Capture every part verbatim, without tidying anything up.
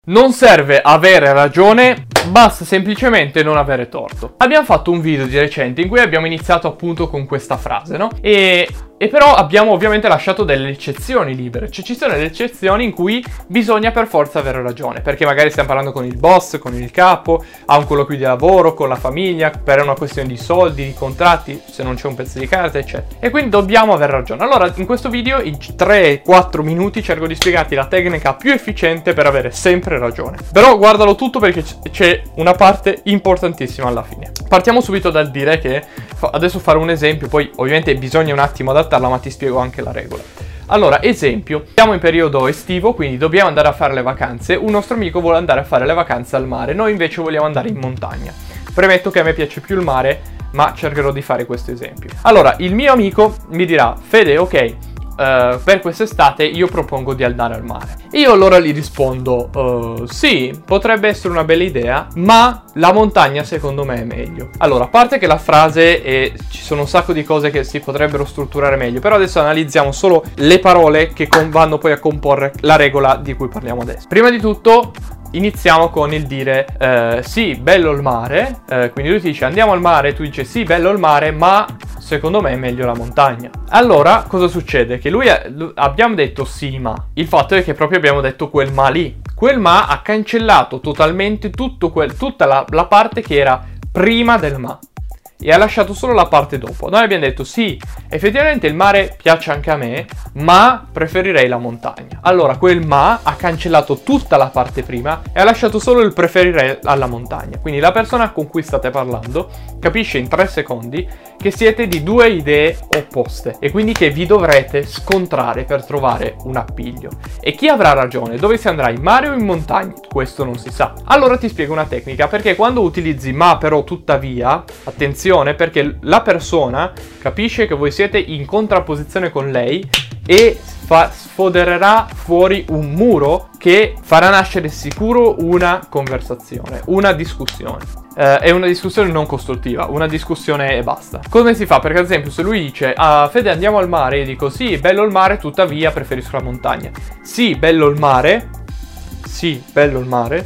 Non serve avere ragione, basta semplicemente non avere torto. Abbiamo fatto un video di recente in cui abbiamo iniziato appunto con questa frase, no? E, e però abbiamo ovviamente lasciato delle eccezioni libere. Cioè ci sono delle eccezioni in cui bisogna per forza avere ragione, perché magari stiamo parlando con il boss, con il capo, a un colloquio di lavoro, con la famiglia, per una questione di soldi, di contratti, se non c'è un pezzo di carta, eccetera. E quindi dobbiamo aver ragione. Allora, in questo video, in tre quattro minuti, cerco di spiegarti la tecnica più efficiente per avere sempre ragione. Però guardalo tutto perché c'è una parte importantissima alla fine. Partiamo subito dal dire che adesso farò un esempio, poi ovviamente bisogna un attimo adattarla, ma ti spiego anche la regola. Allora, esempio, siamo in periodo estivo, quindi dobbiamo andare a fare le vacanze. Un nostro amico vuole andare a fare le vacanze al mare, noi invece vogliamo andare in montagna. Premetto che a me piace più il mare, ma cercherò di fare questo esempio. Allora, il mio amico mi dirà: Fede, ok, Uh, per quest'estate io propongo di andare al mare. Io allora gli rispondo: uh, sì, potrebbe essere una bella idea, ma la montagna secondo me è meglio. Allora, a parte che la frase è, ci sono un sacco di cose che si potrebbero strutturare meglio, però adesso analizziamo solo le parole che vanno poi a comporre la regola di cui parliamo adesso. Prima di tutto iniziamo con il dire uh, sì, bello il mare, uh, quindi lui ti dice andiamo al mare, tu dici sì, bello il mare, ma secondo me è meglio la montagna. Allora, cosa succede? Che lui, ha, abbiamo detto sì, ma. Il fatto è che proprio abbiamo detto quel ma lì. Quel ma ha cancellato totalmente tutto quel, tutta la, la parte che era prima del ma. E ha lasciato solo la parte dopo. Noi abbiamo detto sì, effettivamente il mare piace anche a me, ma preferirei la montagna. Allora quel ma ha cancellato tutta la parte prima e ha lasciato solo il preferirei alla montagna. Quindi la persona con cui state parlando capisce in tre secondi che siete di due idee opposte e quindi che vi dovrete scontrare per trovare un appiglio. E chi avrà ragione? Dove si andrà, in mare o in montagna? Questo non si sa. Allora ti spiego una tecnica, perché quando utilizzi ma però tuttavia, attenzione, perché la persona capisce che voi siete in contrapposizione con lei e fa, sfodererà fuori un muro che farà nascere sicuro una conversazione, una discussione. Uh, è una discussione non costruttiva, una discussione e basta. Come si fa? Perché ad esempio se lui dice ah, Fede andiamo al mare, io dico sì, bello il mare, tuttavia preferisco la montagna. Sì, bello il mare, sì, bello il mare,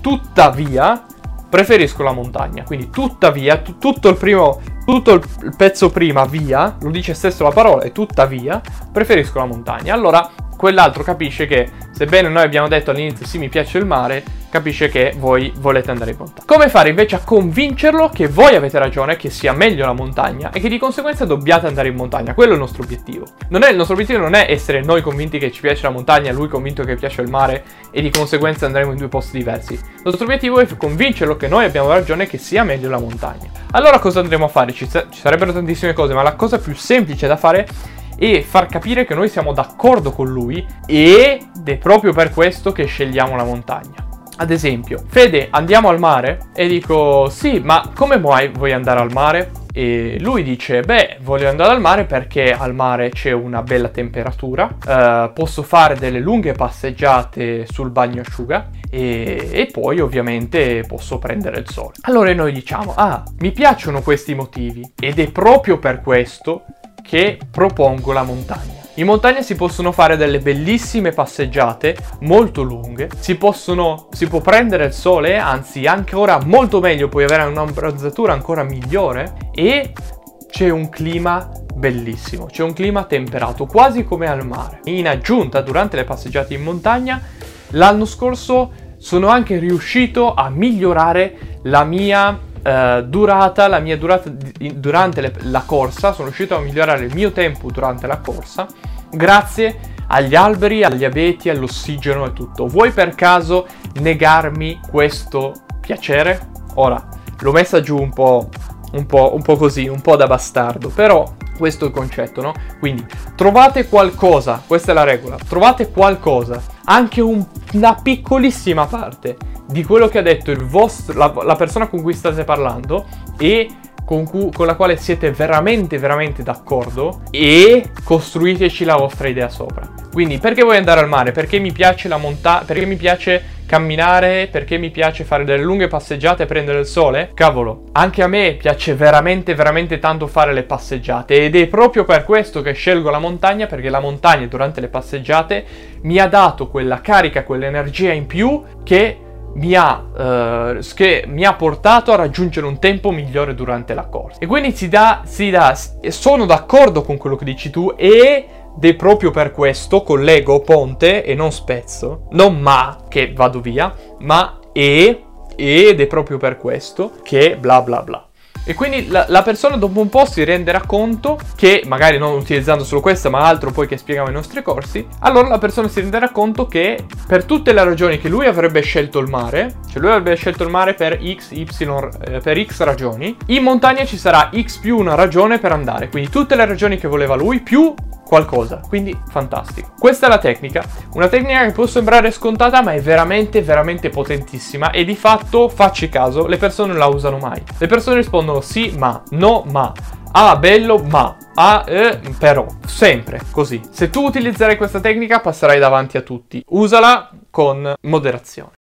tuttavia preferisco la montagna. Quindi tuttavia, t- tutto il primo, tutto il pezzo prima, via, lo dice stesso la parola, e tuttavia preferisco la montagna. Allora quell'altro capisce che, sebbene noi abbiamo detto all'inizio sì mi piace il mare, capisce che voi volete andare in montagna. Come fare invece a convincerlo che voi avete ragione, che sia meglio la montagna e che di conseguenza dobbiate andare in montagna? Quello è il nostro obiettivo. Non è, il nostro obiettivo non è essere noi convinti che ci piace la montagna, lui convinto che piace il mare e di conseguenza andremo in due posti diversi. Il nostro obiettivo è convincerlo che noi abbiamo ragione e che sia meglio la montagna. Allora cosa andremo a fare? Ci, ci sarebbero tantissime cose, ma la cosa più semplice da fare e far capire che noi siamo d'accordo con lui ed è proprio per questo che scegliamo la montagna. Ad esempio, Fede, andiamo al mare? E dico, sì, ma come mai vuoi andare al mare? E lui dice, beh, voglio andare al mare perché al mare c'è una bella temperatura, uh, posso fare delle lunghe passeggiate sul bagnasciuga e, e poi ovviamente posso prendere il sole. Allora noi diciamo, ah, mi piacciono questi motivi ed è proprio per questo che propongo la montagna. In montagna si possono fare delle bellissime passeggiate molto lunghe, si possono, si può prendere il sole, anzi ancora molto meglio, puoi avere un'ombrazzatura ancora migliore e c'è un clima bellissimo, c'è un clima temperato, quasi come al mare. In aggiunta, durante le passeggiate in montagna, l'anno scorso sono anche riuscito a migliorare la mia Uh, durata, la mia durata di, durante le, la corsa, sono riuscito a migliorare il mio tempo durante la corsa grazie agli alberi, agli abeti, all'ossigeno e tutto. Vuoi per caso negarmi questo piacere? Ora, l'ho messa giù un po', un po', un po' così, un po' da bastardo, però questo è il concetto, no? Quindi trovate qualcosa, questa è la regola, trovate qualcosa, anche un, una piccolissima parte di quello che ha detto il vostro, la, la persona con cui state parlando e con, cui, con la quale siete veramente veramente d'accordo e costruiteci la vostra idea sopra. Quindi perché vuoi andare al mare? Perché mi piace la montagna, perché mi piace camminare, perché mi piace fare delle lunghe passeggiate e prendere il sole? Cavolo, anche a me piace veramente veramente tanto fare le passeggiate, ed è proprio per questo che scelgo la montagna, perché la montagna durante le passeggiate mi ha dato quella carica, quell'energia in più che mi ha, uh, che mi ha portato a raggiungere un tempo migliore durante la corsa. E quindi si dà, si dà, sono d'accordo con quello che dici tu, ed è proprio per questo collego ponte e non spezzo, non ma che vado via, ma e, ed è proprio per questo che bla bla bla. E quindi la, la persona dopo un po' si renderà conto che, magari non utilizzando solo questa ma altro poi che spieghiamo ai nostri corsi, allora la persona si renderà conto che per tutte le ragioni che lui avrebbe scelto il mare, cioè lui avrebbe scelto il mare per x, y, eh, per x ragioni, in montagna ci sarà x più una ragione per andare, quindi tutte le ragioni che voleva lui più qualcosa, quindi fantastico. Questa è la tecnica, una tecnica che può sembrare scontata ma è veramente veramente potentissima, e di fatto, facci caso, le persone non la usano mai. Le persone rispondono sì ma, no ma, ah bello ma, ah eh, però, sempre così. Se tu utilizzerai questa tecnica passerai davanti a tutti, usala con moderazione.